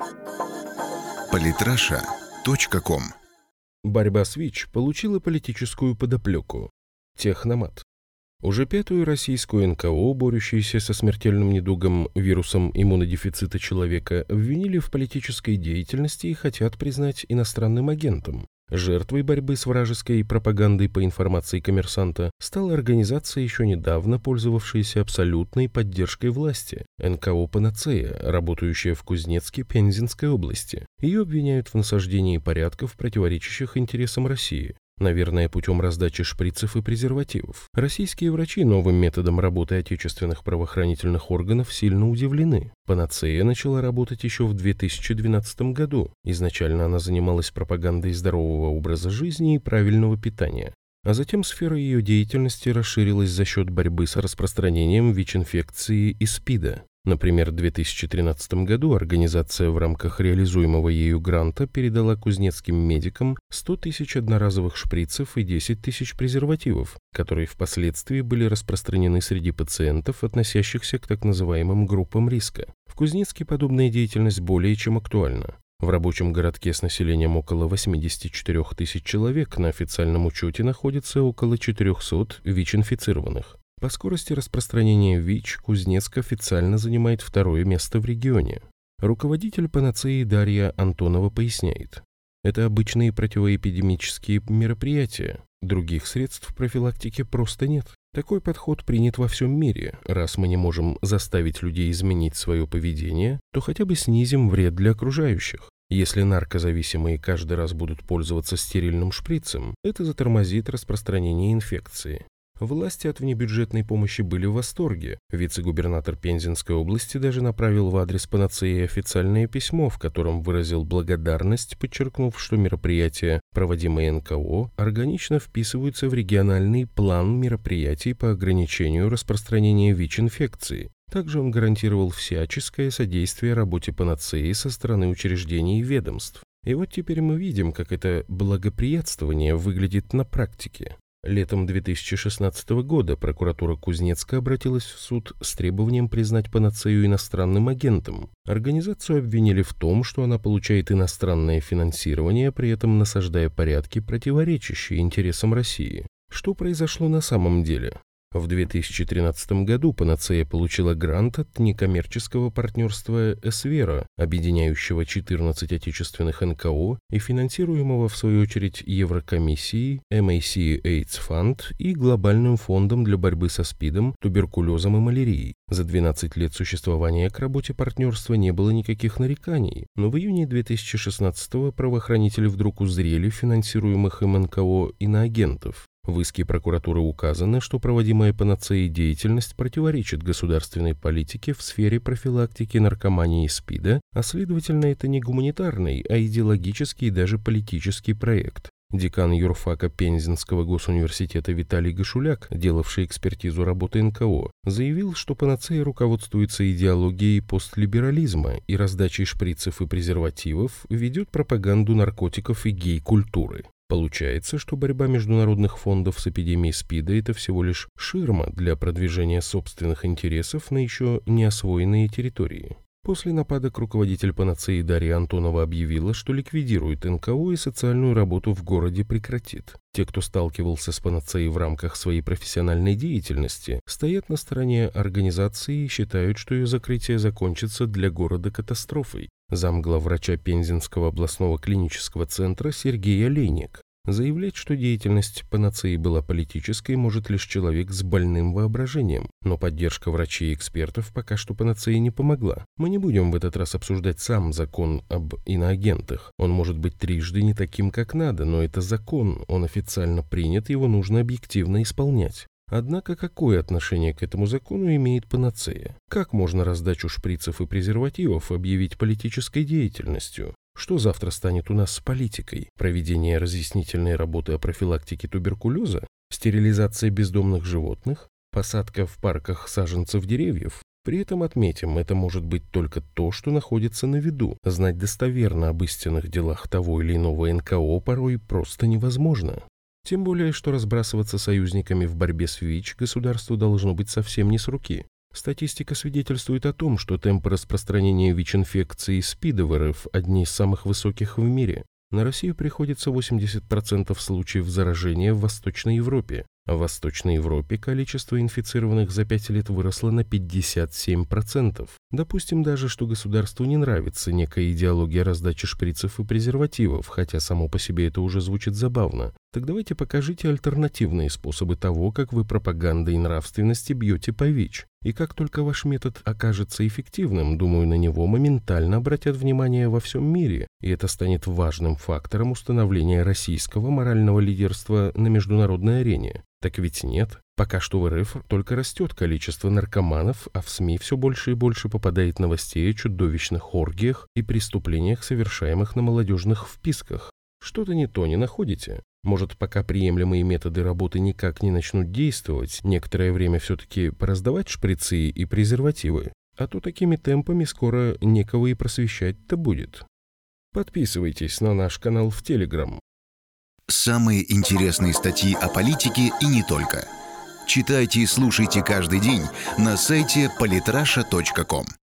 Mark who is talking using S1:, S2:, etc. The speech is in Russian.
S1: Политраша.ком.
S2: Борьба с ВИЧ получила политическую подоплеку. Техномат. Уже пятую российскую НКО, борющуюся со смертельным недугом вирусом иммунодефицита человека, обвинили в политической деятельности и хотят признать иностранным агентом. Жертвой борьбы с вражеской пропагандой, по информации «Коммерсанта», стала организация, еще недавно пользовавшаяся абсолютной поддержкой власти – НКО «Панацея», работающая в Кузнецке Пензенской области. Ее обвиняют в насаждении порядков, противоречащих интересам России. Наверное, путем раздачи шприцев и презервативов. Российские врачи новым методом работы отечественных правоохранительных органов сильно удивлены. Панацея начала работать еще в 2012 году. Изначально она занималась пропагандой здорового образа жизни и правильного питания. А затем сфера ее деятельности расширилась за счет борьбы с распространением ВИЧ-инфекции и СПИДа. Например, в 2013 году организация в рамках реализуемого ею гранта передала кузнецким медикам 100 тысяч одноразовых шприцев и 10 тысяч презервативов, которые впоследствии были распространены среди пациентов, относящихся к так называемым группам риска. В Кузнецке подобная деятельность более чем актуальна. В рабочем городке с населением около 84 тысяч человек на официальном учете находится около 400 ВИЧ-инфицированных. По скорости распространения ВИЧ Кузнецк официально занимает второе место в регионе. Руководитель Панацеи Дарья Антонова поясняет. Это обычные противоэпидемические мероприятия. Других средств профилактики просто нет. Такой подход принят во всем мире. Раз мы не можем заставить людей изменить свое поведение, то хотя бы снизим вред для окружающих. Если наркозависимые каждый раз будут пользоваться стерильным шприцем, это затормозит распространение инфекции. Власти от внебюджетной помощи были в восторге. Вице-губернатор Пензенской области даже направил в адрес Панацеи официальное письмо, в котором выразил благодарность, подчеркнув, что мероприятия, проводимые НКО, органично вписываются в региональный план мероприятий по ограничению распространения ВИЧ-инфекции. Также он гарантировал всяческое содействие работе Панацеи со стороны учреждений и ведомств. И вот теперь мы видим, как это благоприятствование выглядит на практике. Летом 2016 года прокуратура Кузнецка обратилась в суд с требованием признать Панацею иностранным агентом. Организацию обвинили в том, что она получает иностранное финансирование, при этом насаждая порядки, противоречащие интересам России. Что произошло на самом деле? В 2013 году Панацея получила грант от некоммерческого партнерства «Эсвера», объединяющего 14 отечественных НКО и финансируемого в свою очередь Еврокомиссией, MAC AIDS Fund и Глобальным фондом для борьбы со СПИДом, туберкулезом и малярией. За 12 лет существования к работе партнерства не было никаких нареканий, но в июне 2016-го правоохранители вдруг узрели финансируемых им НКО иноагентов. В иске прокуратуры указано, что проводимая Панацеей деятельность противоречит государственной политике в сфере профилактики наркомании и СПИДа, а следовательно, это не гуманитарный, а идеологический и даже политический проект. Декан юрфака Пензенского госуниверситета Виталий Гашуляк, делавший экспертизу работы НКО, заявил, что Панацея руководствуется идеологией постлиберализма и раздачей шприцев и презервативов ведет пропаганду наркотиков и гей-культуры. Получается, что борьба международных фондов с эпидемией СПИДа – это всего лишь ширма для продвижения собственных интересов на еще не освоенные территории. После нападок руководитель Панацеи Дарья Антонова объявила, что ликвидирует НКО и социальную работу в городе прекратит. Те, кто сталкивался с Панацеей в рамках своей профессиональной деятельности, стоят на стороне организации и считают, что ее закрытие закончится для города катастрофой. Замглавврача Пензенского областного клинического центра Сергей Олейник. Заявлять, что деятельность Панацеи была политической, может лишь человек с больным воображением, но поддержка врачей и экспертов пока что Панацеи не помогла. Мы не будем в этот раз обсуждать сам закон об иноагентах. Он может быть трижды не таким, как надо, но это закон, он официально принят, его нужно объективно исполнять. Однако какое отношение к этому закону имеет Панацея? Как можно раздачу шприцев и презервативов объявить политической деятельностью? Что завтра станет у нас с политикой? Проведение разъяснительной работы о профилактике туберкулеза? Стерилизация бездомных животных? Посадка в парках саженцев деревьев? При этом отметим, это может быть только то, что находится на виду. Знать достоверно об истинных делах того или иного НКО порой просто невозможно. Тем более, что разбрасываться союзниками в борьбе с ВИЧ государству должно быть совсем не с руки. Статистика свидетельствует о том, что темпы распространения ВИЧ-инфекции и СПИДа в РФ одни из самых высоких в мире. На Россию приходится 80% случаев заражения в Восточной Европе, а в Восточной Европе количество инфицированных за 5 лет выросло на 57%. Допустим даже, что государству не нравится некая идеология раздачи шприцев и презервативов, хотя само по себе это уже звучит забавно. Так давайте покажите альтернативные способы того, как вы пропагандой нравственности бьете по ВИЧ. И как только ваш метод окажется эффективным, думаю, на него моментально обратят внимание во всем мире, и это станет важным фактором установления российского морального лидерства на международной арене. Так ведь нет. Пока что в РФ только растет количество наркоманов, а в СМИ все больше и больше попадает новостей о чудовищных оргиях и преступлениях, совершаемых на молодежных вписках. Что-то не то не находите? Может, пока приемлемые методы работы никак не начнут действовать, некоторое время все-таки пораздавать шприцы и презервативы? А то такими темпами скоро некого и просвещать-то будет. Подписывайтесь на наш канал в Telegram.
S1: Самые интересные статьи о политике и не только. Читайте и слушайте каждый день на сайте polytrasha.com.